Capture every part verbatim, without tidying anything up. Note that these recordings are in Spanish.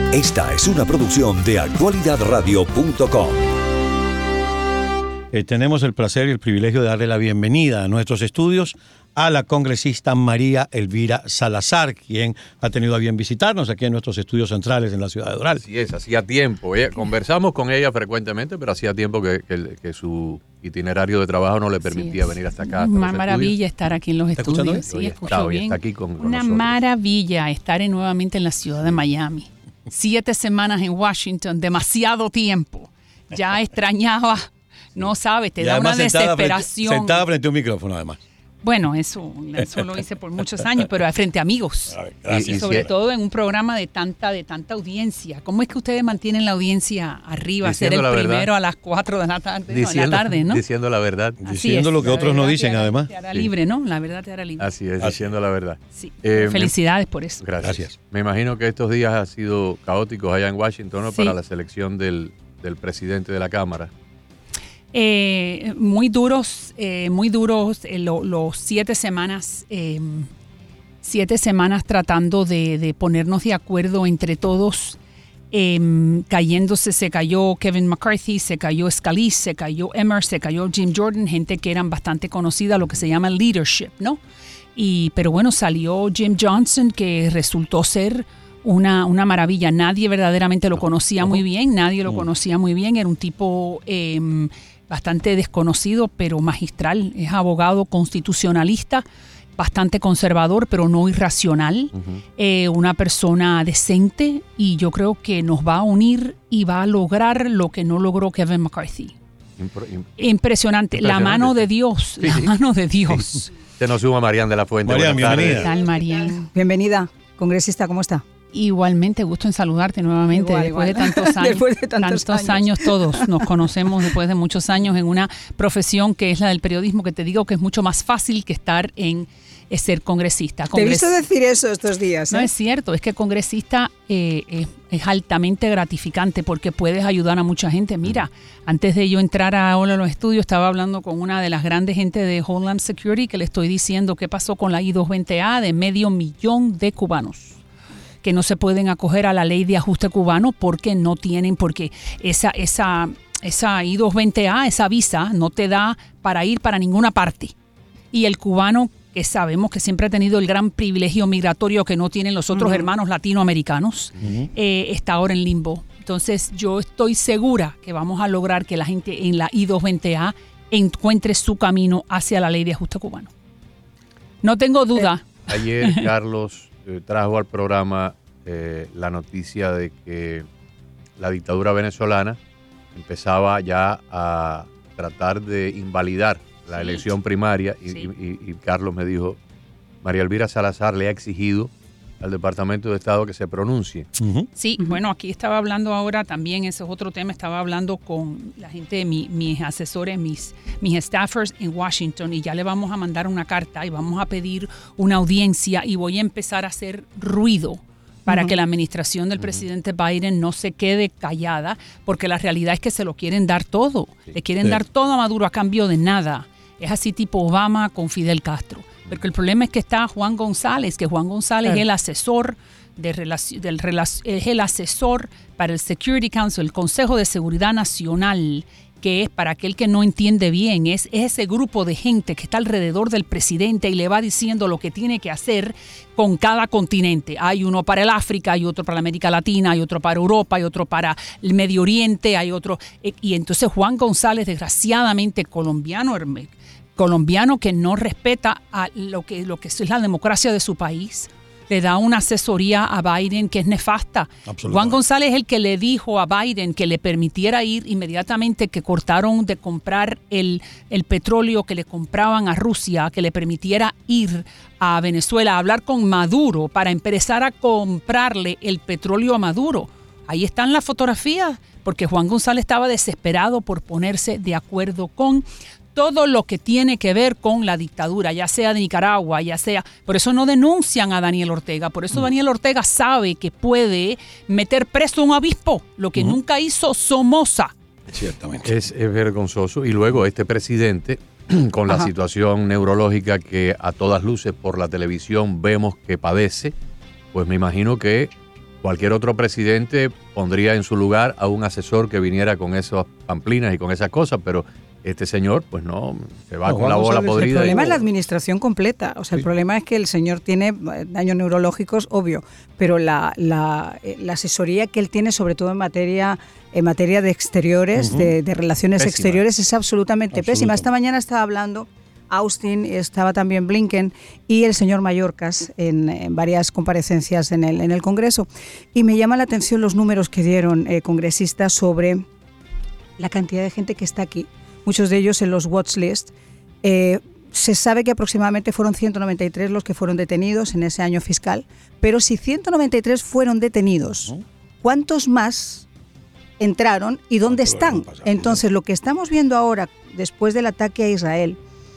Esta es una producción de actualidad radio punto com. Eh, tenemos el placer y el privilegio de darle la bienvenida a nuestros estudios a la congresista María Elvira Salazar, quien ha tenido a bien visitarnos aquí en nuestros estudios centrales en la ciudad de Doral. Así es, hacía tiempo. Ella, conversamos con ella frecuentemente, pero hacía tiempo que, que, que su itinerario de trabajo no le permitía venir hasta acá. Hasta Una maravilla estudios. Estar aquí en los ¿Está estudios. escuchando? Sí, Hoy escucho está, hoy bien. está aquí con, con Una nosotros. maravilla estar en, nuevamente en la ciudad de Miami. Siete semanas en Washington, demasiado tiempo. Ya extrañaba, no sabes, te Y da una sentada desesperación. Frente, sentada frente a un micrófono, además. Bueno, eso, eso lo hice por muchos años, pero frente a amigos. A ver, gracias. Y, y sobre todo en un programa de tanta de tanta audiencia. ¿Cómo es que ustedes mantienen la audiencia arriba? Diciendo Ser el la verdad. primero a las cuatro de la tarde, Diciendo, no, en la tarde, ¿no? Diciendo la verdad. Así Diciendo es, lo que la otros no verdad dicen, te hará- además. Te hará Sí. libre, ¿no? La verdad te hará libre. Así es, Así. diciendo la verdad. Sí. Eh, Felicidades por eso. Gracias. Gracias. Me imagino que estos días han sido caóticos allá en Washington, ¿no? Sí. Para la selección del, del presidente de la Cámara. Eh, muy duros, eh, muy duros eh, lo- los siete semanas, eh, siete semanas tratando de, de ponernos de acuerdo entre todos, eh, cayéndose, se cayó Kevin McCarthy, se cayó Scalise, se cayó Emmer, se cayó Jim Jordan, gente que eran bastante conocida, lo que se llama leadership, ¿no? Y, pero bueno, salió Jim Johnson, que resultó ser una, una maravilla. Nadie verdaderamente lo conocía muy bien, nadie lo conocía muy bien. Era un tipo eh, bastante desconocido, pero magistral. Es abogado constitucionalista, bastante conservador, pero no irracional. Uh-huh. Eh, una persona decente, y yo creo que nos va a unir y va a lograr lo que no logró Kevin McCarthy. Impro- im- Impresionante. La Impresionante. mano de Dios, Sí, la sí. mano de Dios. Se nos suma Marian de la Fuente. Marian, Buenas tardes. bienvenida. ¿Qué tal, Marian? Bienvenida, congresista, ¿cómo está? Igualmente, gusto en saludarte nuevamente. Igual, después, igual. De tantos años, Después de tantos años. años. todos nos conocemos después de muchos años en una profesión que es la del periodismo, que te digo que es mucho más fácil que estar en es ser congresista. Te he Congres- visto decir eso estos días. No ¿eh? es cierto, es que congresista eh, es, es altamente gratificante porque puedes ayudar a mucha gente. Mira, antes de yo entrar ahora a los estudios, estaba hablando con una de las grandes gente de Homeland Security, que le estoy diciendo qué pasó con la I dos veinte A de medio millón de cubanos que no se pueden acoger a la ley de ajuste cubano porque no tienen, porque esa, esa, esa I dos veinte A, esa visa, no te da para ir para ninguna parte. Y el cubano, que sabemos que siempre ha tenido el gran privilegio migratorio que no tienen los otros Uh-huh. hermanos latinoamericanos, eh, está ahora en limbo. Entonces yo estoy segura que vamos a lograr que la gente en la I dos veinte A encuentre su camino hacia la ley de ajuste cubano. No tengo duda. Ayer Carlos eh, trajo al programa eh, la noticia de que la dictadura venezolana empezaba ya a tratar de invalidar la Sí. elección primaria y, Sí. y- y Carlos me dijo, María Elvira Salazar le ha exigido al Departamento de Estado que se pronuncie. Uh-huh. Sí, bueno, aquí estaba hablando ahora también, ese es otro tema, estaba hablando con la gente, de mi, mis asesores, mis, mis staffers en Washington, y ya le vamos a mandar una carta y vamos a pedir una audiencia y voy a empezar a hacer ruido para Ujú. que la administración del presidente Biden no se quede callada, porque la realidad es que se lo quieren dar todo, le quieren Sí. dar todo a Maduro a cambio de nada. Es así tipo Obama con Fidel Castro. Porque el problema es que está Juan González, que Juan González Claro. es el asesor de relaci- del relac- es el asesor para el Security Council, el Consejo de Seguridad Nacional, que es, para aquel que no entiende bien, es, es ese grupo de gente que está alrededor del presidente y le va diciendo lo que tiene que hacer con cada continente. Hay uno para el África, hay otro para la América Latina, hay otro para Europa, hay otro para el Medio Oriente, hay otro. eh, Y entonces Juan González, desgraciadamente colombiano, herme- colombiano que no respeta a lo que, lo que es la democracia de su país, le da una asesoría a Biden que es nefasta. Absolutamente. Juan González es el que le dijo a Biden que le permitiera ir inmediatamente, que cortaron de comprar el, el petróleo que le compraban a Rusia, que le permitiera ir a Venezuela a hablar con Maduro para empezar a comprarle el petróleo a Maduro. Ahí están las fotografías, porque Juan González estaba desesperado por ponerse de acuerdo con todo lo que tiene que ver con la dictadura, ya sea de Nicaragua, ya sea... Por eso no denuncian a Daniel Ortega, por eso Daniel Ortega sabe que puede meter preso a un obispo, lo que Ujú. nunca hizo Somoza. Ciertamente. Es, es vergonzoso. Y luego este presidente, con la Ajá. situación neurológica que a todas luces por la televisión vemos que padece, pues me imagino que Cualquier otro presidente pondría en su lugar a un asesor que viniera con esas pamplinas y con esas cosas, pero este señor, pues no, se va No, con Juan la bola González, podrida. El problema y- es la administración completa. O sea, el Sí. problema es que el señor tiene eh, daños neurológicos, obvio, pero la, la, eh, la asesoría que él tiene, sobre todo en materia, en materia de exteriores, Ujú. de, de relaciones Pésima. exteriores, es absolutamente pésima. Absolutamente. Esta mañana estaba hablando Austin, estaba también Blinken y el señor Mayorkas en, en varias comparecencias en el, en el Congreso. Y me llama la atención los números que dieron eh, congresistas sobre la cantidad de gente que está aquí, muchos de ellos en los watch list. Eh, se sabe que aproximadamente fueron ciento noventa y tres los que fueron detenidos en ese año fiscal, pero si ciento noventa y tres fueron detenidos, ¿cuántos más entraron y dónde ¿Cuánto están? habrán pasado? Entonces, lo que estamos viendo ahora, después del ataque a Israel,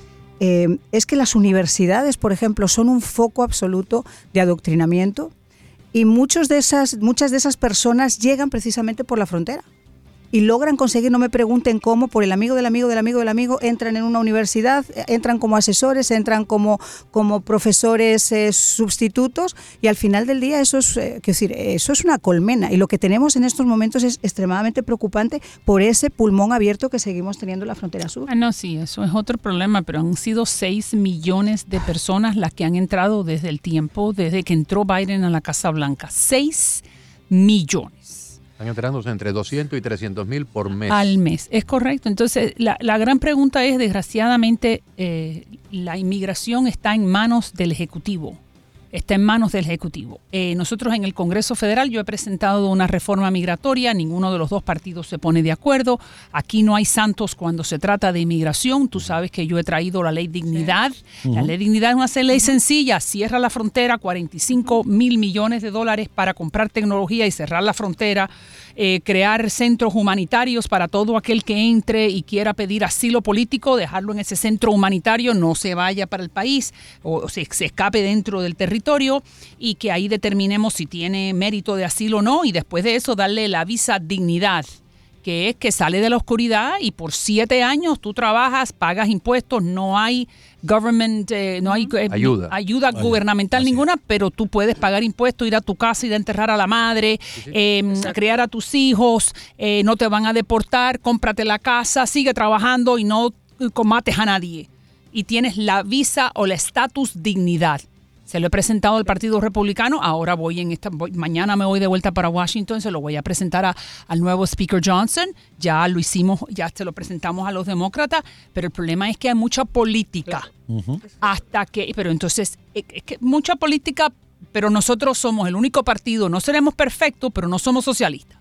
eh, es que las universidades, por ejemplo, son un foco absoluto de adoctrinamiento y muchos de esas, muchas de esas personas llegan precisamente por la frontera y logran conseguir, no me pregunten cómo, por el amigo del amigo del amigo del amigo, entran en una universidad, entran como asesores, entran como, como profesores eh, sustitutos y al final del día eso es, eh, quiero decir, eso es una colmena y lo que tenemos en estos momentos es extremadamente preocupante por ese pulmón abierto que seguimos teniendo en la frontera sur. Ah, no, sí, eso es otro problema, pero han sido seis millones de personas las que han entrado desde el tiempo, desde que entró Biden a la Casa Blanca. seis millones. Están entrándose entre doscientos y trescientos mil por mes. Al mes, es correcto. Entonces, la, la gran pregunta es, desgraciadamente, eh, la inmigración está en manos del Ejecutivo. Está en manos del Ejecutivo. Eh, nosotros en el Congreso Federal, yo he presentado una reforma migratoria, ninguno de los dos partidos se pone de acuerdo. Aquí no hay santos cuando se trata de inmigración. Tú sabes que yo he traído la ley Dignidad. Sí. La ley Dignidad es una ley sencilla. Cierra la frontera, cuarenta y cinco mil millones de dólares para comprar tecnología y cerrar la frontera. Eh, crear centros humanitarios para todo aquel que entre y quiera pedir asilo político, dejarlo en ese centro humanitario, no se vaya para el país o, o se, se escape dentro del territorio y que ahí determinemos si tiene mérito de asilo o no y después de eso darle la visa Dignidad, que es que sale de la oscuridad y por siete años tú trabajas, pagas impuestos, no hay government, eh, no hay eh, Ayuda. ayuda Vale. gubernamental Así ninguna, pero tú puedes pagar impuestos, ir a tu casa, ir a enterrar a la madre, eh, criar a tus hijos, eh, no te van a deportar, cómprate la casa, sigue trabajando y no combates a nadie. Y tienes la visa o la estatus Dignidad. Se lo he presentado al Partido Republicano, ahora voy en esta, voy, mañana me voy de vuelta para Washington, se lo voy a presentar a, al nuevo Speaker Johnson, ya lo hicimos, ya se lo presentamos a los demócratas, pero el problema es que hay mucha política, Ujú. hasta que, pero entonces, es que mucha política, pero nosotros somos el único partido, no seremos perfectos, pero no somos socialistas.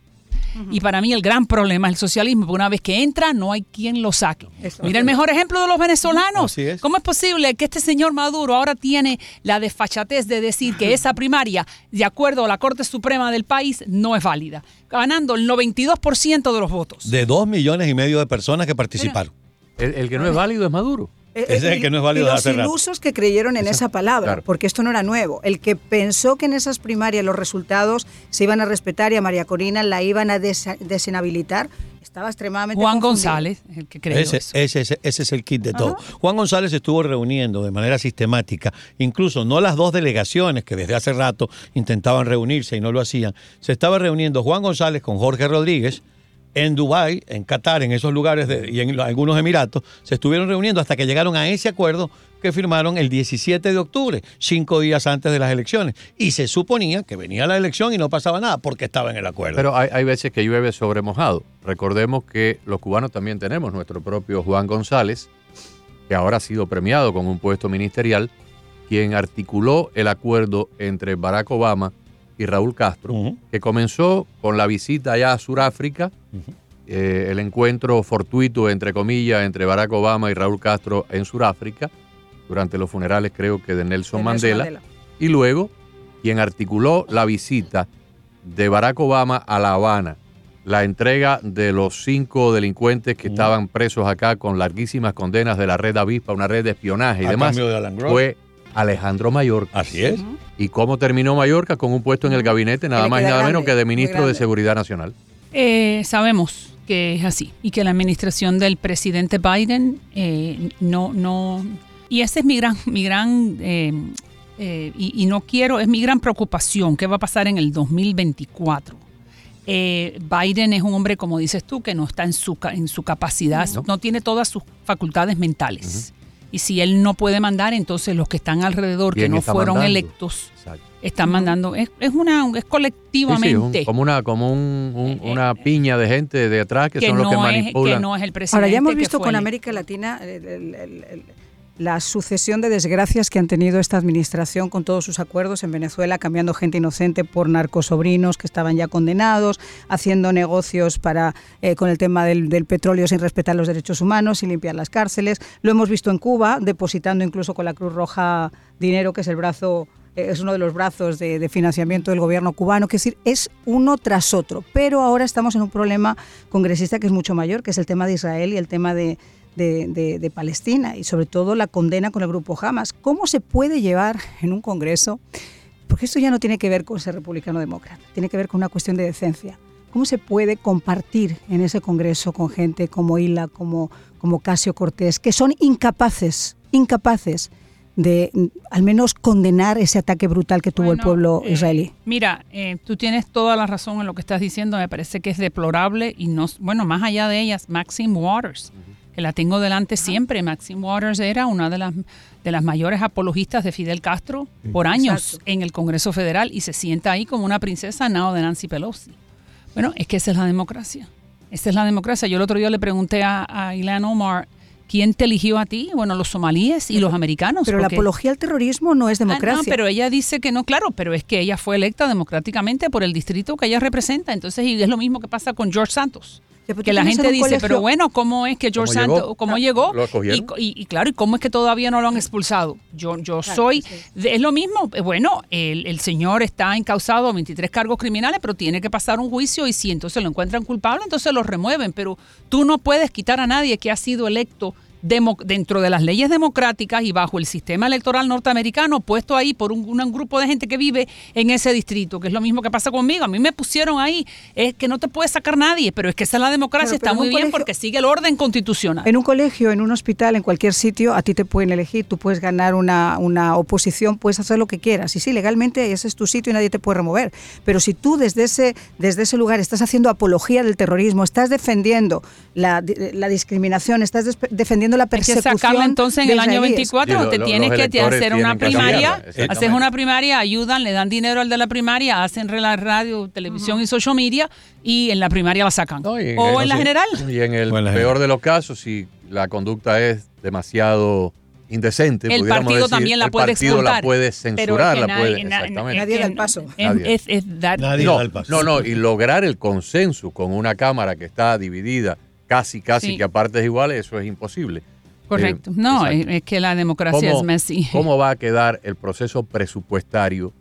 Y para mí el gran problema es el socialismo, porque una vez que entra no hay quien lo saque. Eso. Mira el mejor ejemplo de los venezolanos. Así es. ¿Cómo es posible que este señor Maduro ahora tiene la desfachatez de decir que esa primaria, de acuerdo a la Corte Suprema del país, no es válida? Ganando el noventa y dos por ciento de los votos. De dos millones y medio de personas que participaron. El, el que no es válido es Maduro. Ese es el que no es válido y de los hace rato. ilusos que creyeron en esa palabra, claro. porque esto no era nuevo. El que pensó que en esas primarias los resultados se iban a respetar y a María Corina la iban a des- desinhabilitar, estaba extremadamente Juan confundido. González, el que creyó Ese, eso. ese, ese, ese es el kit de todo. Juan González estuvo reuniendo de manera sistemática, incluso no las dos delegaciones que desde hace rato intentaban reunirse y no lo hacían. Se estaba reuniendo Juan González con Jorge Rodríguez en Dubái, en Qatar, en esos lugares de, y en algunos Emiratos. Se estuvieron reuniendo hasta que llegaron a ese acuerdo que firmaron el diecisiete de octubre, cinco días antes de las elecciones. Y se suponía que venía la elección y no pasaba nada porque estaba en el acuerdo. Pero hay, hay veces que llueve sobre mojado. Recordemos que los cubanos también tenemos nuestro propio Juan González, que ahora ha sido premiado con un puesto ministerial, quien articuló el acuerdo entre Barack Obama y Raúl Castro, Ujú. que comenzó con la visita allá a Sudáfrica, Ujú. eh, el encuentro fortuito, entre comillas, entre Barack Obama y Raúl Castro en Sudáfrica, durante los funerales creo que de Nelson, De Nelson Mandela, Mandela. y luego quien articuló la visita de Barack Obama a La Habana, la entrega de los cinco delincuentes que Mm. estaban presos acá con larguísimas condenas de la red Avispa, una red de espionaje y A demás, cambio de Alan Grove. fue Alejandro Mayorkas. Así es. ¿Y cómo terminó Mallorca? Con un puesto en el gabinete nada le más y queda nada grande, menos que de muy ministro de grande. Seguridad Nacional. Eh, sabemos que es así y que la administración del presidente Biden eh, no, no... Y ese es mi gran, mi gran eh, eh, y, y no quiero, es mi gran preocupación, ¿qué va a pasar en el dos mil veinticuatro? Eh, Biden es un hombre, como dices tú, que no está en su, en su capacidad, no, no tiene todas sus facultades mentales. Uh-huh. Y si él no puede mandar, entonces los que están alrededor, que no fueron mandando? electos, Exacto. están uh-huh. mandando. Es, es una es colectivamente. Sí, sí, un, como una como un, un, una piña de gente de atrás que, que son no los que manipulan. Es, que no es el presidente. Ahora ya hemos visto con el... América Latina el, el, el, el, la sucesión de desgracias que han tenido esta administración con todos sus acuerdos en Venezuela, cambiando gente inocente por narcosobrinos que estaban ya condenados, haciendo negocios para eh, con el tema del, del petróleo sin respetar los derechos humanos, sin limpiar las cárceles. Lo hemos visto en Cuba, depositando incluso con la Cruz Roja dinero, que es el brazo, eh, es uno de los brazos de, de financiamiento del gobierno cubano. Que es decir, es uno tras otro. Pero ahora estamos en un problema congresista que es mucho mayor, que es el tema de Israel y el tema de De, de, de Palestina, y sobre todo la condena con el grupo Hamas. ¿Cómo se puede llevar en un Congreso? Porque esto ya no tiene que ver con ser republicano-demócrata, tiene que ver con una cuestión de decencia. ¿Cómo se puede compartir en ese Congreso con gente como Hila, como, como Casio Cortés, que son incapaces, incapaces de al menos condenar ese ataque brutal que tuvo bueno, el pueblo eh, israelí? Mira, eh, tú tienes toda la razón en lo que estás diciendo, me parece que es deplorable y no, bueno, más allá de ellas, Maxine Waters, uh-huh. que la tengo delante siempre. Maxine Waters era una de las, de las mayores apologistas de Fidel Castro por años Exacto. en el Congreso Federal y se sienta ahí como una princesa al lado de Nancy Pelosi. Bueno, es que esa es la democracia. Esa es la democracia. Yo el otro día le pregunté a, a Ilhan Omar, ¿quién te eligió a ti? Bueno, los somalíes y los americanos. Pero porque... la apología al terrorismo no es democracia. Ah, no, pero ella dice que no, claro, pero es que ella fue electa democráticamente por el distrito que ella representa. Entonces, y es lo mismo que pasa con George Santos. Que la gente dice, colegio? pero bueno, ¿cómo es que George Santos, llegó? ¿cómo ah, llegó? ¿Lo y, y, y claro, ¿y cómo es que todavía no lo han expulsado? Yo yo claro, soy, sí. es lo mismo, bueno, el, el señor está encausado a veintitrés cargos criminales, pero tiene que pasar un juicio y si entonces lo encuentran culpable, entonces lo remueven, pero tú no puedes quitar a nadie que ha sido electo Demo, dentro de las leyes democráticas y bajo el sistema electoral norteamericano puesto ahí por un, un grupo de gente que vive en ese distrito, que es lo mismo que pasa conmigo. A mí me pusieron ahí, es que no te puede sacar nadie, pero es que esa es la democracia, pero, pero está muy bien colegio, porque sigue el orden constitucional. En un colegio, en un hospital, en cualquier sitio, a ti te pueden elegir, tú puedes ganar una, una oposición, puedes hacer lo que quieras. Y sí, legalmente ese es tu sitio y nadie te puede remover. Pero si tú desde ese, desde ese lugar estás haciendo apología del terrorismo, estás defendiendo la, la discriminación, estás des, defendiendo la persecución. Hay que sacarla entonces en el año veinticuatro, sí, lo, te lo, tienes que hacer una primaria, haces una primaria, ayudan, le dan dinero al de la primaria, hacen la radio, televisión uh-huh. y social media y en la primaria la sacan. No, en o el, en la sí. general. Y en el bueno, peor de los casos, si la conducta es demasiado indecente, el partido decir, también la el puede partido expulsar, la puede censurar, la nadie, puede, exactamente. Nadie da el paso. Nadie, es, es dar, nadie no, da el paso. No, no, y lograr el consenso con una Cámara que está dividida casi, casi sí. que a partes iguales, eso es imposible. Correcto. Eh, no, es, es que la democracia es messy. ¿Cómo va a quedar el proceso presupuestario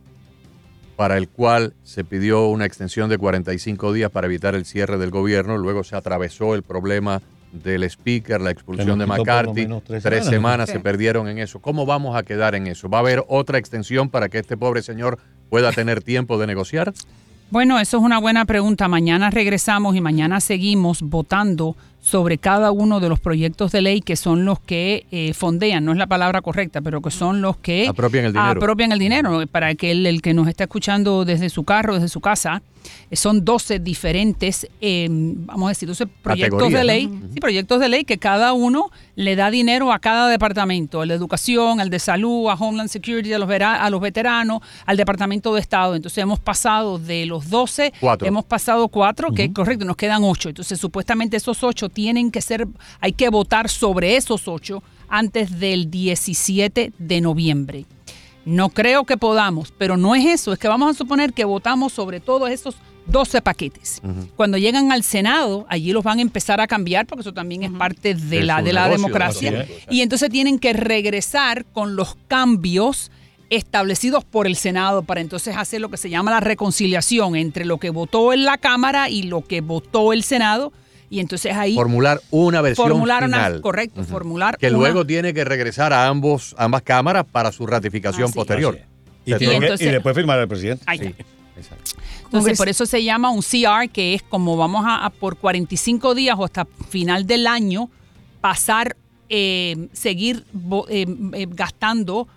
para el cual se pidió una extensión de cuarenta y cinco días para evitar el cierre del gobierno? Luego se atravesó el problema del speaker, la expulsión de McCarthy. Tres, tres semanas, semanas sí. se perdieron en eso. ¿Cómo vamos a quedar en eso? ¿Va a haber otra extensión para que este pobre señor pueda tener tiempo de negociar? Bueno, eso es una buena pregunta. Mañana regresamos y mañana seguimos votando sobre cada uno de los proyectos de ley que son los que eh, fondean, no es la palabra correcta, pero que son los que apropian el dinero. Apropian el dinero. Para que el, el que nos está escuchando desde su carro, desde su casa, eh, son doce diferentes, eh, vamos a decir, doce proyectos de ley, ¿no? sí, proyectos de ley que cada uno le da dinero a cada departamento, al de educación, al de salud, a Homeland Security, a los, vera, a los veteranos, al Departamento de Estado. Entonces hemos pasado de los doce, cuatro. hemos pasado cuatro, uh-huh. que es correcto, nos quedan ocho. Entonces supuestamente esos ocho tienen que ser, hay que votar sobre esos ocho antes del diecisiete de noviembre. No creo que podamos, pero no es eso, es que vamos a suponer que votamos sobre todos esos doce paquetes. Uh-huh. Cuando llegan al Senado, allí los van a empezar a cambiar, porque eso también uh-huh. es parte de, de la, de la negocio, democracia. De y entonces tienen que regresar con los cambios establecidos por el Senado para entonces hacer lo que se llama la reconciliación entre lo que votó en la Cámara y lo que votó el Senado. Y entonces ahí formular una versión formular final. Una, correcto, uh-huh. formular que una, luego tiene que regresar a ambos ambas cámaras para su ratificación ah, sí. posterior. Ah, sí. y, y, entonces, y después firmar al presidente. Ahí sí. Exacto. Entonces, por eso se llama un C R, que es como vamos a, a por cuarenta y cinco días o hasta final del año pasar, eh, seguir eh, eh, gastando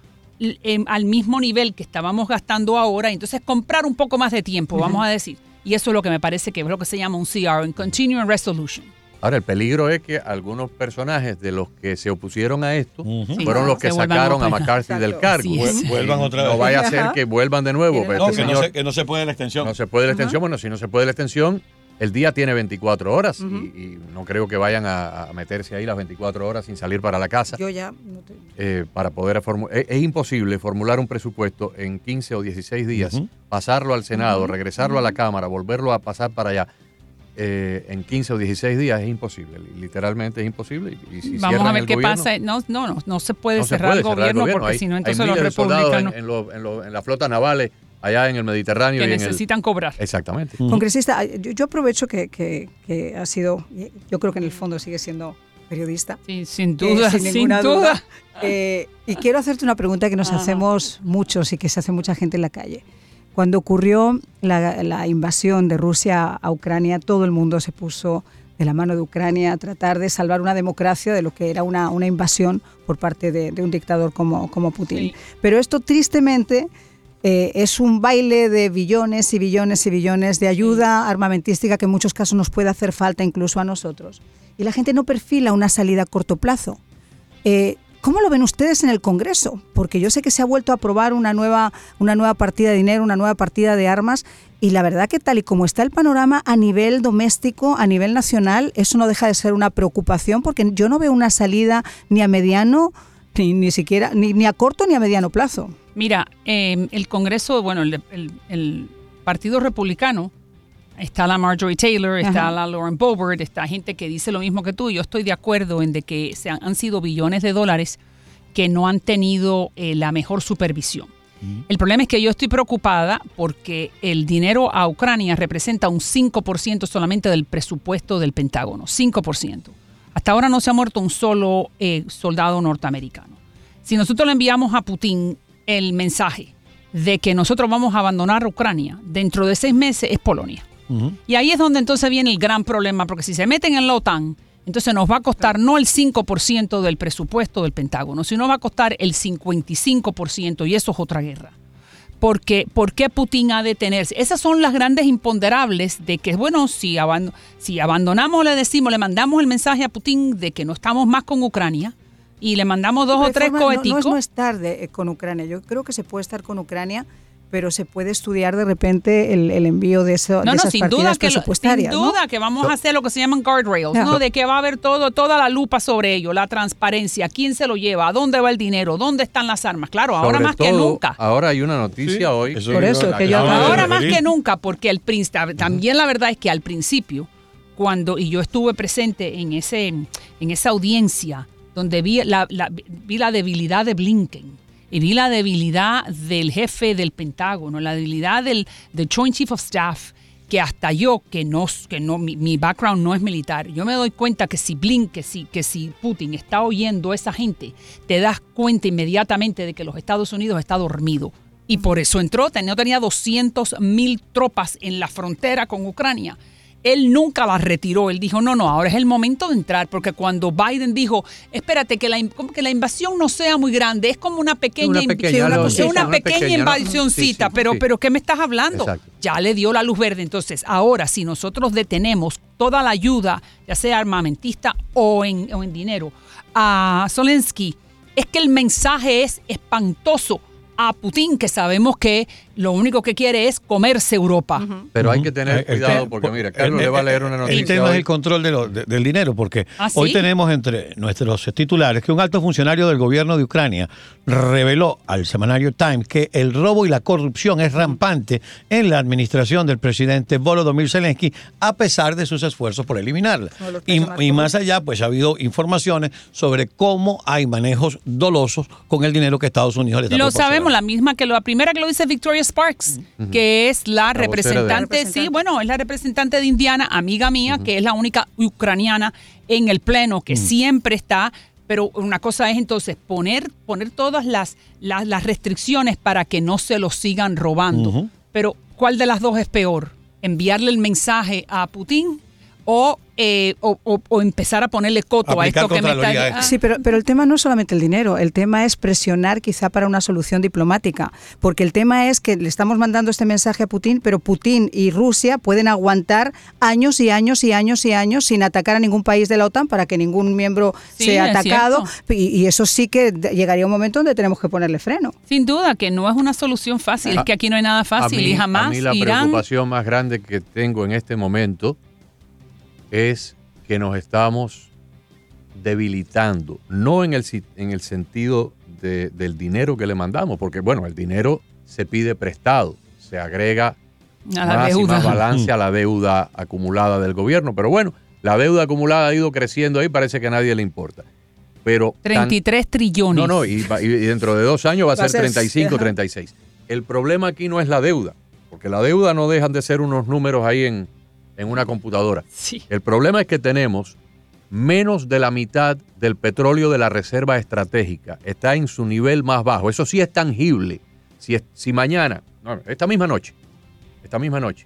eh, al mismo nivel que estábamos gastando ahora, entonces comprar un poco más de tiempo, uh-huh. vamos a decir. Y eso es lo que me parece que es lo que se llama un C R, un Continuing Resolution. Ahora, el peligro es que algunos personajes de los que se opusieron a esto uh-huh. sí, fueron los que sacaron a McCarthy del cargo. Sí, vuelvan otra vez. No vaya a ser que vuelvan de nuevo. No, este que, señor, no se, que no se puede la extensión. No se puede la extensión. Uh-huh. Bueno, si no se puede la extensión, el día tiene veinticuatro horas uh-huh. y, y no creo que vayan a, a meterse ahí las veinticuatro horas sin salir para la casa. Yo ya no te... eh, para poder formular. Es, es imposible formular un presupuesto en quince o dieciséis días, uh-huh. pasarlo al Senado, uh-huh. regresarlo uh-huh. a la Cámara, volverlo a pasar para allá. Eh, en quince o dieciséis días es imposible, literalmente es imposible. Y, y si Vamos a ver qué gobierno, pasa. No, no, no, no se puede, no se cerrar, puede el cerrar gobierno, el gobierno porque hay, si no, entonces hay los republicanos. En, en, lo, en, lo, en las flotas navales allá en el Mediterráneo. Que y necesitan en el, cobrar. Exactamente. Uh-huh. Congresista, yo, yo aprovecho que, que, que ha sido, yo creo que en el fondo sigue siendo periodista. Sí, sin duda, eh, sin, sin ninguna duda. duda. Eh, y quiero hacerte una pregunta que nos Ajá. hacemos muchos y que se hace mucha gente en la calle. Cuando ocurrió la, la invasión de Rusia a Ucrania, todo el mundo se puso de la mano de Ucrania a tratar de salvar una democracia de lo que era una, una invasión por parte de, de un dictador como, como Putin. Sí. Pero esto tristemente eh, es un baile de billones y billones y billones de ayuda sí. armamentística que en muchos casos nos puede hacer falta incluso a nosotros. Y la gente no perfila una salida a corto plazo. Eh, ¿Cómo lo ven ustedes en el Congreso? Porque yo sé que se ha vuelto a aprobar una nueva, una nueva partida de dinero, una nueva partida de armas, y la verdad que tal y como está el panorama a nivel doméstico, a nivel nacional, eso no deja de ser una preocupación, porque yo no veo una salida ni a mediano, ni, ni siquiera, ni, ni a corto ni a mediano plazo. Mira, eh, el Congreso, bueno, el, el, el Partido Republicano, está la Marjorie Taylor, está Ajá. la Lauren Boebert, está gente que dice lo mismo que tú. Yo estoy de acuerdo en de que se han, han sido billones de dólares que no han tenido eh, la mejor supervisión. Uh-huh. El problema es que yo estoy preocupada porque el dinero a Ucrania representa un cinco por ciento solamente del presupuesto del Pentágono, cinco por ciento. Hasta ahora no se ha muerto un solo eh, soldado norteamericano. Si nosotros le enviamos a Putin el mensaje de que nosotros vamos a abandonar Ucrania, dentro de seis meses es Polonia. Uh-huh. Y ahí es donde entonces viene el gran problema, porque si se meten en la OTAN, entonces nos va a costar no el cinco por ciento del presupuesto del Pentágono, sino va a costar el cincuenta y cinco por ciento, y eso es otra guerra. Porque, ¿por qué Putin ha de detenerse? Esas son las grandes imponderables de que, bueno, si, aband- si abandonamos, le decimos, le mandamos el mensaje a Putin de que no estamos más con Ucrania, y le mandamos dos o tres coheticos. No, no es no estar de, con Ucrania, yo creo que se puede estar con Ucrania, pero se puede estudiar de repente el, el envío de, eso, no, de no, esas sin partidas duda que presupuestarias. Lo, sin duda ¿no? que vamos a hacer lo que se llaman guardrails, ¿no? ¿no? De que va a haber todo, toda la lupa sobre ello, la transparencia, quién se lo lleva, a dónde va el dinero, dónde están las armas. Claro, ahora sobre más todo, que nunca. Ahora hay una noticia sí, hoy. Eso por eso, que yo ahora más que nunca, porque el también la verdad es que al principio, cuando, y yo estuve presente en, ese, en esa audiencia, donde vi la, la, vi la debilidad de Blinken, y vi la debilidad del jefe del Pentágono, la debilidad del, del Joint Chief of Staff, que hasta yo, que no, que no mi, mi background no es militar, yo me doy cuenta que si Blinken, que si, que si Putin está oyendo a esa gente, te das cuenta inmediatamente de que los Estados Unidos está dormido. Y por eso entró, no tenía doscientas mil tropas en la frontera con Ucrania. Él nunca las retiró. Él dijo, no, no, ahora es el momento de entrar. Porque cuando Biden dijo, espérate, que la, que la invasión no sea muy grande, es como una pequeña, una pequeña, una, lo, una sí, una una pequeña pequeña invasioncita. ¿no? Sí, sí, pero, sí. pero, ¿qué me estás hablando? Exacto. Ya le dio la luz verde. Entonces, ahora, si nosotros detenemos toda la ayuda, ya sea armamentista o en, o en dinero, a Zelensky, es que el mensaje es espantoso a Putin, que sabemos que lo único que quiere es comerse Europa. Uh-huh. Pero hay que tener el, cuidado el, porque, mira, Carlos el, le va a leer una noticia. El tema hoy. es el control de lo, de, del dinero, porque ¿Ah, sí? hoy tenemos entre nuestros titulares que un alto funcionario del gobierno de Ucrania reveló al semanario Times que el robo y la corrupción es rampante en la administración del presidente Volodymyr Zelensky, a pesar de sus esfuerzos por eliminarla. No, y, y más allá, pues ha habido informaciones sobre cómo hay manejos dolosos con el dinero que Estados Unidos le está Lo proporcionando. sabemos, la misma que lo, la primera que lo dice Victoria Sparks, uh-huh. que es la, la representante, sí, bueno, es la representante de Indiana, amiga mía, uh-huh. que es la única ucraniana en el pleno que uh-huh. siempre está. Pero una cosa es entonces poner, poner todas las, las, las restricciones para que no se lo sigan robando. Uh-huh. Pero ¿cuál de las dos es peor? ¿Enviarle el mensaje a Putin o, eh, o, o, o empezar a ponerle coto Aplicar a esto que me Contraloría, está... eh. Sí, pero, pero el tema no es solamente el dinero, el tema es presionar quizá para una solución diplomática, porque el tema es que le estamos mandando este mensaje a Putin, pero Putin y Rusia pueden aguantar años y años y años y años sin atacar a ningún país de la OTAN para que ningún miembro Sí, sea es atacado, cierto. y, y eso sí que llegaría un momento donde tenemos que ponerle freno. Sin duda que no es una solución fácil, es que aquí no hay nada fácil a mí, y jamás a mí la Irán... preocupación más grande que tengo en este momento es que nos estamos debilitando, no en el, si- en el sentido de- del dinero que le mandamos, porque bueno, el dinero se pide prestado, se agrega a la más y deuda. más balance a la deuda acumulada del gobierno, pero bueno, la deuda acumulada ha ido creciendo ahí, parece que a nadie le importa. Pero tan- treinta y tres trillones. no, no, y, va- y dentro de dos años va a Va a ser ser- treinta y cinco, ajá. treinta y seis. El problema aquí no es la deuda, porque la deuda no dejan de ser unos números ahí en, en una computadora. Sí. El problema es que tenemos menos de la mitad del petróleo de la reserva estratégica. Está en su nivel más bajo. Eso sí es tangible. Si, es- si mañana, no, esta misma noche, esta misma noche,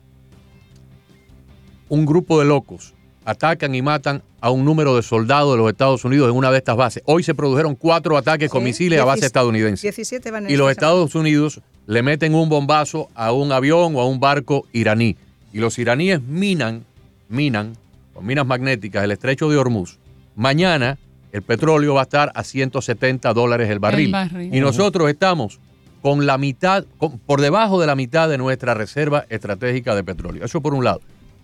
un grupo de locos atacan y matan a un número de soldados de los Estados Unidos en una de estas bases. Hoy se produjeron cuatro ataques con Sí, misiles a base dieci- estadounidense. diecisiete van en Y los esta semana. Estados Unidos le meten un bombazo a un avión o a un barco iraní. Y los iraníes minan, minan, con minas magnéticas, el estrecho de Hormuz. Mañana el petróleo va a estar a ciento setenta dólares el barril. El barril. Y nosotros estamos con la mitad, con- por debajo de la mitad de nuestra reserva estratégica de petróleo. Eso por un lado.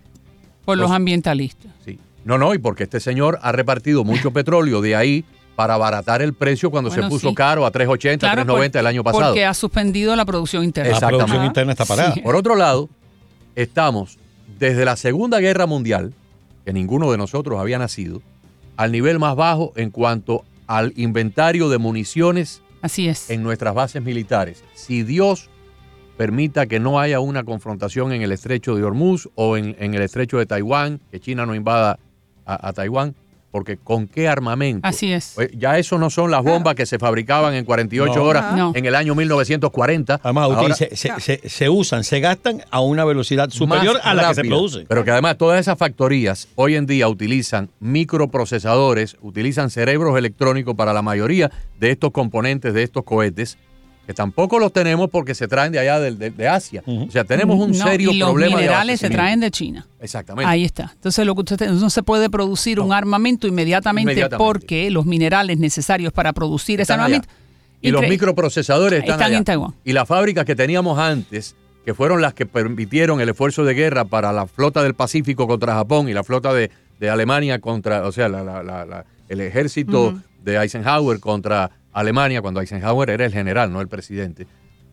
Por los Los- ambientalistas. Sí. No, no, y porque este señor ha repartido mucho petróleo de ahí para abaratar el precio cuando Bueno, se puso sí. caro a tres ochenta, Claro, tres noventa el año pasado. Porque ha suspendido la producción interna. La Exactamente. producción interna está parada. Sí. Por otro lado, estamos desde la Segunda Guerra Mundial, que ninguno de nosotros había nacido, al nivel más bajo en cuanto al inventario de municiones Así es. en nuestras bases militares. Si Dios permita que no haya una confrontación en el estrecho de Hormuz o en, en el estrecho de Taiwán, que China no invada a, a Taiwán, porque ¿con qué armamento? Así es. Oye, ya eso no son las bombas que se fabricaban en cuarenta y ocho No. horas No. en el año mil novecientos cuarenta. Además, Agustín, Ahora- se, se- se- se usan, se gastan a una velocidad superior más a la que se rápida. produce. Pero que además todas esas factorías hoy en día utilizan microprocesadores, utilizan cerebros electrónicos para la mayoría de estos componentes de estos cohetes, que tampoco los tenemos porque se traen de allá de, de- de Asia. Ujú. O sea, tenemos un No, serio y los problema de minerales se abastecimiento. traen de China. Exactamente. Ahí está. Entonces, lo que usted no se puede producir un armamento inmediatamente, Inmediatamente. porque los minerales necesarios para producir ese Están allá. armamento Y los entre- microprocesadores están, están allá. en Taiwán. Y las fábricas que teníamos antes, que fueron las que permitieron el esfuerzo de guerra para la flota del Pacífico contra Japón y la flota de, de Alemania contra, o sea, la- la- la- la- el ejército Ujú. de Eisenhower contra Alemania, cuando Eisenhower era el general, no el presidente.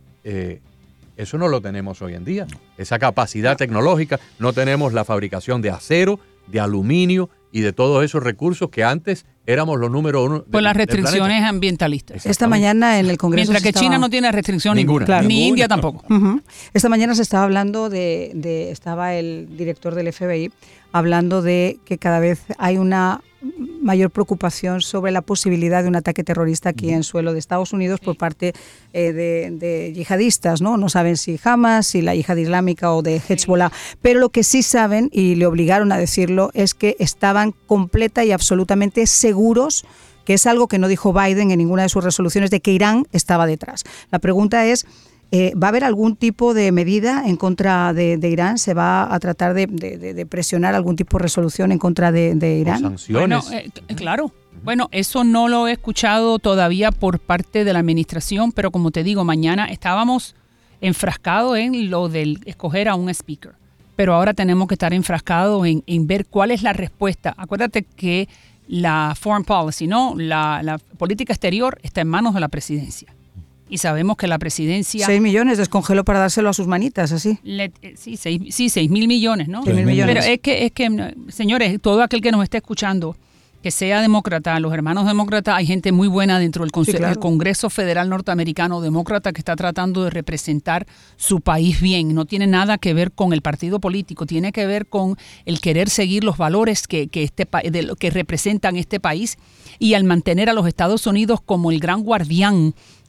Eh, eso no lo tenemos hoy en día. Esa capacidad tecnológica, no tenemos la fabricación de acero, de aluminio y de todos esos recursos que antes éramos los número uno. por del- las del restricciones planeta. ambientalistas. Esta Exactamente. mañana en el Congreso Mientras se que estaba- China no tiene restricción Ninguna. ninguna, Claro. ni Ninguna. India tampoco. Ujú. Esta mañana se estaba hablando de, de- estaba el director del F B I hablando de que cada vez hay una mayor preocupación sobre la posibilidad de un ataque terrorista aquí en suelo de Estados Unidos por parte eh, de, de yihadistas, ¿no? No saben si Hamas, si la yihad islámica o de Hezbollah, pero lo que sí saben, y le obligaron a decirlo, es que estaban completa y absolutamente seguros, que es algo que no dijo Biden en ninguna de sus resoluciones, de que Irán estaba detrás. La pregunta es, eh, ¿va a haber algún tipo de medida en contra de, de Irán? ¿Se va a tratar de, de- de- de presionar algún tipo de resolución en contra de, de O Irán? sanciones. Bueno, eh, c- claro. Bueno, eso no lo he escuchado todavía por parte de la administración, pero como te digo, mañana estábamos enfrascados en lo del escoger a un speaker, pero ahora tenemos que estar enfrascados en, en ver cuál es la respuesta. Acuérdate que la foreign policy, ¿no? La, la política exterior está en manos de la presidencia. Y sabemos que la presidencia... Seis millones descongeló para dárselo a sus manitas, así. Le- eh, sí, seis, sí, seis mil millones, ¿no? Seis mil millones. Pero es que, es que, señores, todo aquel que nos esté escuchando, que sea demócrata, los hermanos demócratas, hay gente muy buena dentro del, conse- Sí, claro. del Congreso Federal Norteamericano demócrata que está tratando de representar su país bien. No tiene nada que ver con el partido político, tiene que ver con el querer seguir los valores que, que, este, pa- de lo que representan este país y al mantener a los Estados Unidos como el gran guardián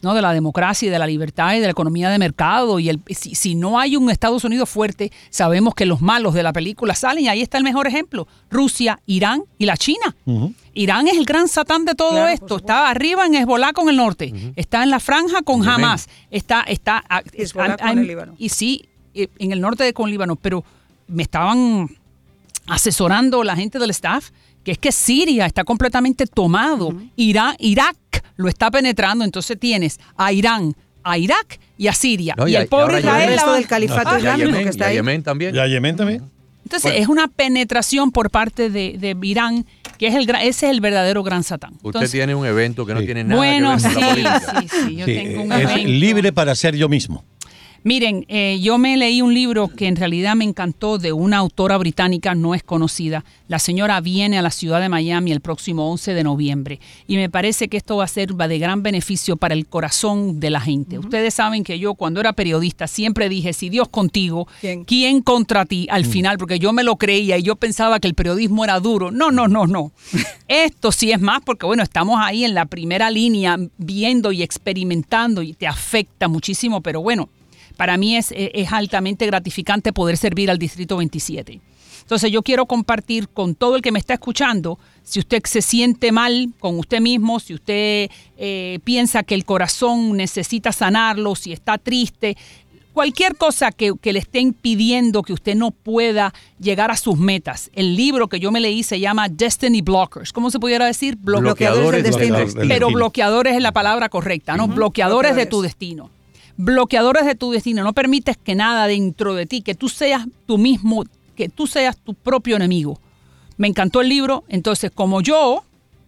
¿no? De la democracia y de la libertad y de la economía de mercado. Y el, si, si no hay un Estados Unidos fuerte, sabemos que los malos de la película salen y ahí está el mejor ejemplo. Rusia, Irán y la China. Uh-huh. Irán es el gran satán de todo claro, esto. Está arriba en Hezbollah con el norte. Uh-huh. Está en la franja con Hamas. Está, está a, Hezbollah con el Líbano. Y sí, en el norte de con Líbano. Pero me estaban asesorando la gente del staff que es que Siria está completamente tomado. Uh-huh. Irán, Irak lo está penetrando. Entonces tienes a Irán, a Irak y a Siria. No, y, y el pobre Israel... El resto del califato islámico que está ahí. Y a Yemen también. Y a Yemen también. Entonces, bueno, es una penetración por parte de, de Irán, que es el ese es el verdadero gran satán. Usted Entonces, tiene un evento que no sí. tiene nada bueno, que ver con sí, la política. sí, sí, yo sí, tengo un es evento. libre para ser yo mismo. Miren, eh, yo me leí un libro que en realidad me encantó de una autora británica, no es conocida. La señora viene a la ciudad de Miami el próximo once de noviembre y me parece que esto va a ser de gran beneficio para el corazón de la gente. Uh-huh. Ustedes saben que yo cuando era periodista siempre dije, si Dios contigo, ¿quién, ¿quién contra ti? Al uh-huh. final, porque yo me lo creía y yo pensaba que el periodismo era duro. No, no, no, no. Esto sí es más porque, bueno, estamos ahí en la primera línea viendo y experimentando y te afecta muchísimo, pero bueno. Para mí es, es altamente gratificante poder servir al Distrito veintisiete. Entonces yo quiero compartir con todo el que me está escuchando, si usted se siente mal con usted mismo, si usted eh, piensa que el corazón necesita sanarlo, si está triste, cualquier cosa que, que le esté impidiendo que usted no pueda llegar a sus metas. El libro que yo me leí se llama Destiny Blockers. ¿Cómo se pudiera decir? Blo- bloqueadores del destino. destino. Pero bloqueadores es la palabra correcta, ¿no? Uh-huh. Bloqueadores, bloqueadores de tu destino. Bloqueadores de tu destino. No permites que nada dentro de ti, que tú seas tú mismo, que tú seas tu propio enemigo. Me encantó el libro. Entonces, como yo,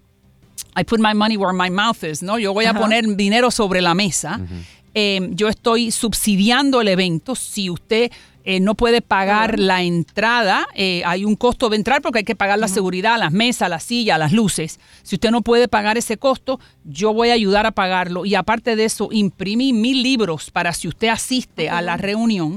I put my money where my mouth is, ¿no? Yo voy a uh-huh. poner dinero sobre la mesa. Uh-huh. Eh, yo estoy subsidiando el evento. Si usted eh, no puede pagar uh-huh. la entrada, eh, hay un costo de entrar porque hay que pagar la uh-huh. seguridad, las mesas, las sillas, las luces. Si usted no puede pagar ese costo, yo voy a ayudar a pagarlo. Y aparte de eso, imprimí mil libros para si usted asiste uh-huh. a la reunión,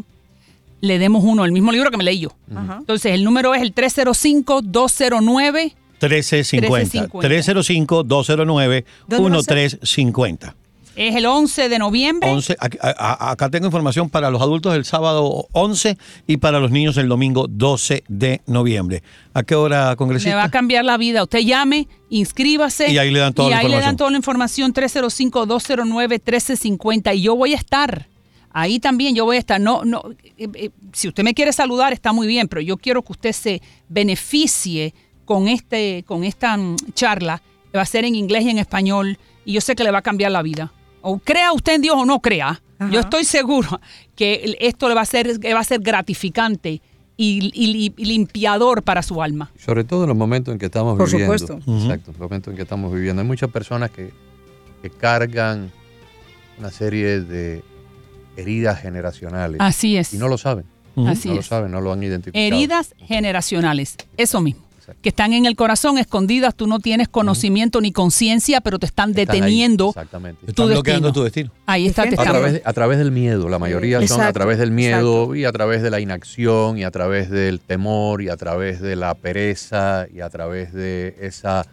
le demos uno, el mismo libro que me leí yo. Uh-huh. Entonces, el número es el tres cero cinco, dos cero nueve, trece cincuenta. tres cero cinco, dos cero nueve, uno tres cinco cero. Es el once de noviembre. once, a, a, acá tengo información para los adultos el sábado once y para los niños el domingo doce de noviembre. ¿A qué hora, congresista? Le va a cambiar la vida. Usted llame, inscríbase. Y ahí le dan toda y la ahí información. le dan toda la información, tres cero cinco, dos cero nueve, trece cincuenta. Y yo voy a estar. Ahí también yo voy a estar. No, no, eh, eh, si usted me quiere saludar, está muy bien, pero yo quiero que usted se beneficie con, este, con esta um, charla. Va a ser en inglés y en español. Y yo sé que le va a cambiar la vida. O crea usted en Dios o no crea, ajá. yo estoy seguro que esto le va a ser, va a ser gratificante y, y, y limpiador para su alma. Sobre todo en los momentos en que estamos Por viviendo. supuesto. Exacto, los momentos en que estamos viviendo. Hay muchas personas que, que cargan una serie de heridas generacionales. Así es. Y no lo saben. Uh-huh. Así no es. lo saben, no lo han identificado. Heridas generacionales, eso mismo. Que están en el corazón escondidas, tú no tienes conocimiento uh-huh. ni conciencia, pero te están, están deteniendo Exactamente. tu están bloqueando tu destino. Ahí está. Te a, través de, a través del miedo, la mayoría exacto, son a través del miedo exacto. y a través de la inacción y a través del temor y a través de la pereza y a través de esa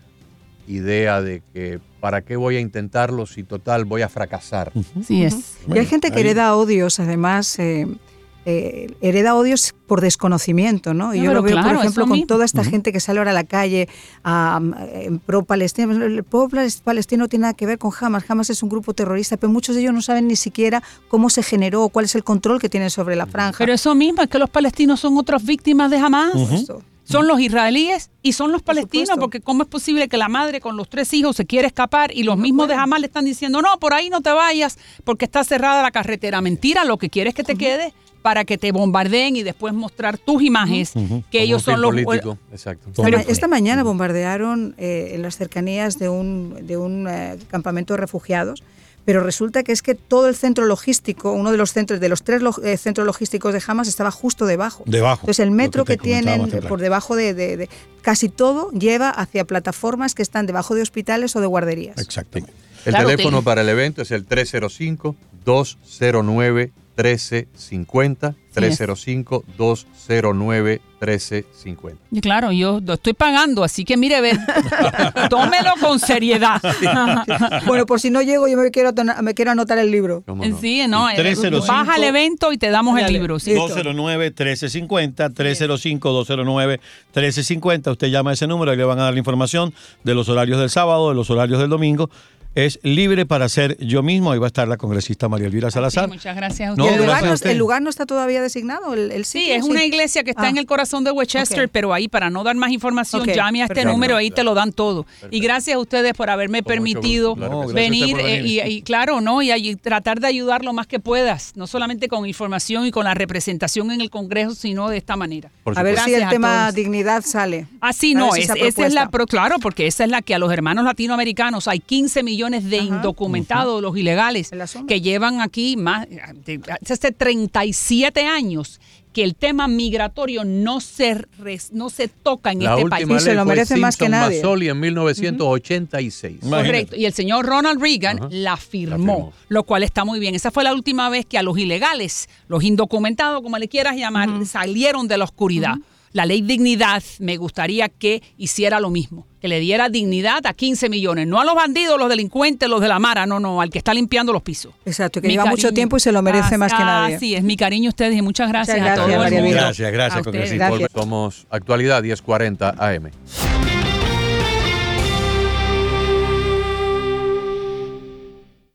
idea de que ¿para qué voy a intentarlo si total voy a fracasar? Uh-huh. Sí es. Bueno, y hay gente que ahí... hereda odios, además... Eh, Eh, hereda odios por desconocimiento, ¿no? Y no, yo lo veo, claro, por ejemplo, con toda esta uh-huh. gente que sale ahora a la calle a, a, en pro palestino. El pueblo palestino no tiene nada que ver con Hamas. Hamas es un grupo terrorista, pero muchos de ellos no saben ni siquiera cómo se generó, cuál es el control que tienen sobre la franja. Pero eso mismo es que los palestinos son otras víctimas de Hamas. Uh-huh. Son los israelíes y son los palestinos, porque ¿cómo es posible que la madre con los tres hijos se quiere escapar y los no mismos pueden. de Hamas le están diciendo, no, por ahí no te vayas porque está cerrada la carretera? Mentira, lo que quieres es que te uh-huh. quedes para que te bombardeen y después mostrar tus imágenes, uh-huh. que Como ellos son los... político. Exacto. Pero esta mañana bombardearon eh, en las cercanías de un, de un eh, campamento de refugiados, pero resulta que es que todo el centro logístico, uno de los centros, de los tres lo, eh, centros logísticos de Hamas estaba justo debajo. Debajo. Entonces el metro que, que tienen por debajo de, de, de... Casi todo lleva hacia plataformas que están debajo de hospitales o de guarderías. Exactamente. El claro, teléfono te... para el evento es el tres cero cinco, dos cero nueve, trece cincuenta, tres cero cinco, dos cero nueve, trece cincuenta. Y claro, yo lo estoy pagando, así que mire, ve, tómelo con seriedad. Bueno, por si no llego, yo me quiero, me quiero anotar el libro. ¿Cómo no? Sí, no, Y tres cero cinco, baja al evento y te damos el Dale. libro. Sí. dos cero nueve, trece cincuenta, tres cero cinco, dos cero nueve, trece cincuenta. Usted llama a ese número y le van a dar la información de los horarios del sábado, de los horarios del domingo. Es libre para ser yo mismo. Ahí va a estar la congresista María Elvira Salazar. Sí, muchas gracias a No, ¿Y ustedes. el, lugar gracias a no, usted. el lugar no está todavía designado? El, el Sí, sitio? es una iglesia que está Ah. en el corazón de Westchester, Ok. pero ahí para no dar más información, Ok, llame a este perfecto. número, ahí te lo dan todo. Perfecto. Y gracias a ustedes por haberme Con mucho permitido gusto, claro que sí. venir, Gracias a usted por eh, y, venir. y claro, ¿no? Y, y tratar de ayudar lo más que puedas, no solamente con información y con la representación en el Congreso, sino de esta manera. Por A ver supuesto. si Gracias el a tema todos. dignidad sale. Ah, sí, A no, ver si es- esa esa es la, propuesta. pro- claro, porque esa es la que a los hermanos latinoamericanos hay quince millones de Ajá. indocumentados, los ilegales, En la zona. que llevan aquí más, de- hace treinta y siete años que el tema migratorio no se, res- no se toca en La este última país. Y se ley lo fue merece más que Simpson nadie. Mazzoli en mil novecientos ochenta y seis. Imagínate. Correcto. Y el señor Ronald Reagan Ajá. la, firmó, La firmó. lo cual está muy bien. Esa fue la última vez que a los ilegales, los indocumentados, como le quieras llamar, salieron de la oscuridad. La ley dignidad me gustaría que hiciera lo mismo, que le diera dignidad a quince millones, no a los bandidos, los delincuentes, los de la mara, no, no, al que está limpiando los pisos. Exacto, que Mi lleva mucho cariño. tiempo y se lo merece Ah, más que nadie. Así es, mi cariño a ustedes y muchas gracias, Muchas a todo gracias, el María mundo. Elvira. Gracias, gracias, A ustedes. congresista. Gracias. Somos Actualidad diez cuarenta A M.